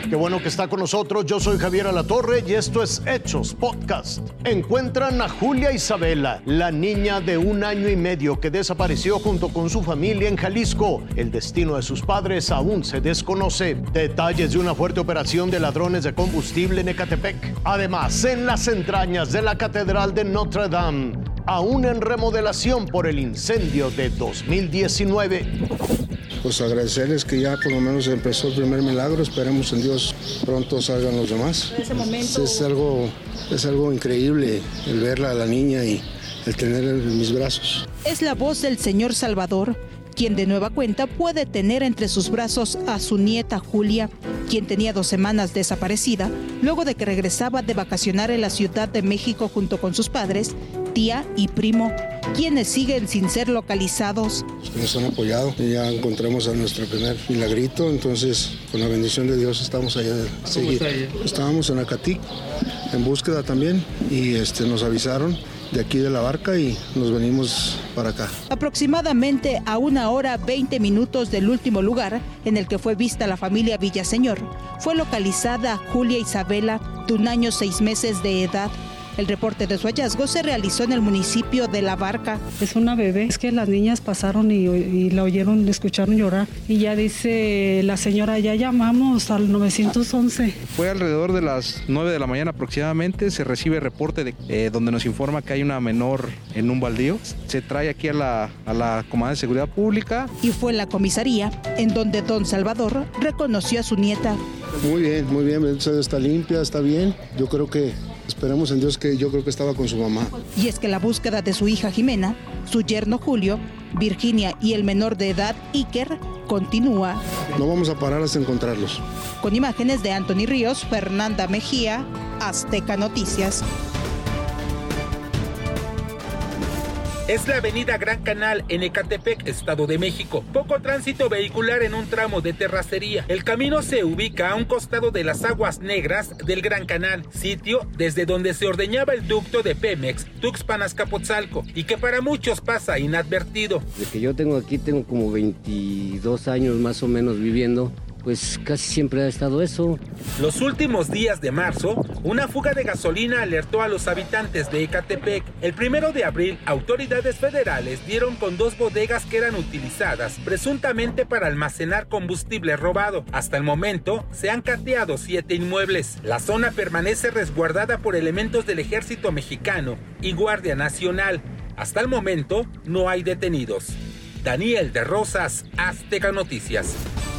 Qué bueno que está con nosotros. Yo soy Javier Alatorre y esto es Hechos Podcast. Encuentran a Julia Isabela, la niña de 1 año y medio que desapareció junto con su familia en Jalisco. El destino de sus padres aún se desconoce. Detalles de una fuerte operación de ladrones de combustible en Ecatepec. Además, en las entrañas de la Catedral de Notre Dame, aún en remodelación por el incendio de 2019. Pues agradecerles que ya por lo menos empezó el primer milagro. Esperemos en Dios pronto salgan los demás. En ese momento Es algo increíble el verla a la niña y el tenerla en mis brazos. Es la voz del señor Salvador, quien de nueva cuenta puede tener entre sus brazos a su nieta Julia, quien tenía 2 semanas desaparecida, luego de que regresaba de vacacionar en la Ciudad de México junto con sus padres, tía y primo, quienes siguen sin ser localizados. Nos han apoyado y ya encontramos a nuestro primer milagrito, entonces con la bendición de Dios estamos allá de seguir. Estábamos en Acatic, en búsqueda también, y nos avisaron de aquí de la barca y nos venimos para acá. Aproximadamente a 1 hora 20 minutos del último lugar en el que fue vista la familia Villaseñor, fue localizada Julia Isabela, de 1 año 6 meses de edad. El reporte de su hallazgo se realizó en el municipio de La Barca. es una bebé. Es que las niñas pasaron y la oyeron, escucharon llorar. Y ya dice la señora, ya llamamos al 911. Fue alrededor de las 9 de la mañana aproximadamente. Se recibe reporte donde nos informa que hay una menor en un baldío. Se trae aquí a la Comanda de Seguridad Pública. Y fue en la comisaría en donde don Salvador reconoció a su nieta. Muy bien, está limpia, está bien. Yo creo que esperemos en Dios, que yo creo que estaba con su mamá. Y es que la búsqueda de su hija Jimena, su yerno Julio, Virginia y el menor de edad Iker continúa. No vamos a parar hasta encontrarlos. Con imágenes de Anthony Ríos, Fernanda Mejía, Azteca Noticias. Es la avenida Gran Canal en Ecatepec, Estado de México. Poco tránsito vehicular en un tramo de terracería. El camino se ubica a un costado de las aguas negras del Gran Canal, sitio desde donde se ordeñaba el ducto de Pemex, Tuxpan-Azcapotzalco, y que para muchos pasa inadvertido. Desde que yo tengo como 22 años más o menos viviendo, pues casi siempre ha estado eso. Los últimos días de marzo, una fuga de gasolina alertó a los habitantes de Ecatepec. El 1 de abril, autoridades federales dieron con 2 bodegas que eran utilizadas presuntamente para almacenar combustible robado. Hasta el momento, se han cateado 7 inmuebles. La zona permanece resguardada por elementos del Ejército Mexicano y Guardia Nacional. Hasta el momento, no hay detenidos. Daniel de Rosas, Azteca Noticias.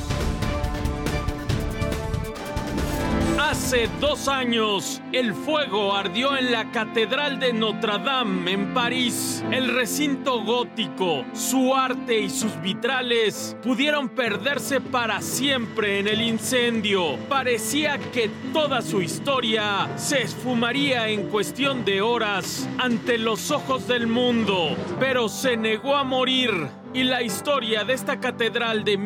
Hace 2 años, el fuego ardió en la Catedral de Notre Dame en París. El recinto gótico, su arte y sus vitrales pudieron perderse para siempre en el incendio. Parecía que toda su historia se esfumaría en cuestión de horas ante los ojos del mundo, pero se negó a morir. Y la historia de esta catedral de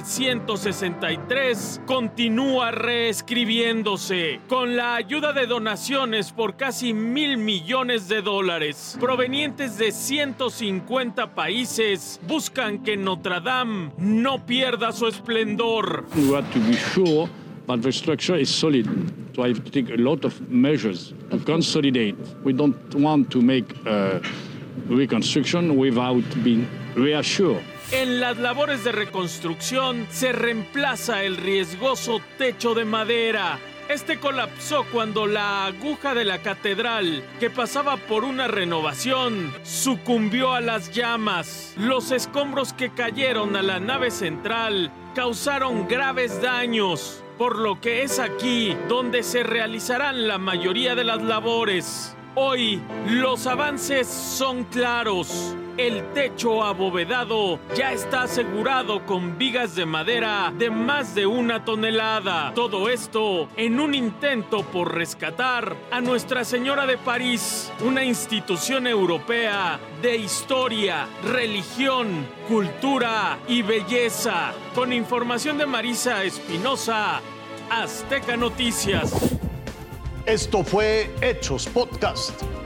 1163 continúa reescribiéndose con la ayuda de donaciones por casi $1,000 millones provenientes de 150 países. Buscan que Notre Dame no pierda su esplendor. We want to be sure that the structure is solid. So I have to take a lot of measures to consolidate. We don't want to make reconstruction without being reassured. En las labores de reconstrucción se reemplaza el riesgoso techo de madera. Este colapsó cuando la aguja de la catedral, que pasaba por una renovación, sucumbió a las llamas. Los escombros que cayeron a la nave central causaron graves daños, por lo que es aquí donde se realizarán la mayoría de las labores. Hoy, los avances son claros. El techo abovedado ya está asegurado con vigas de madera de más de 1 tonelada. Todo esto en un intento por rescatar a Nuestra Señora de París, una institución europea de historia, religión, cultura y belleza. Con información de Marisa Espinosa, Azteca Noticias. Esto fue Hechos Podcast.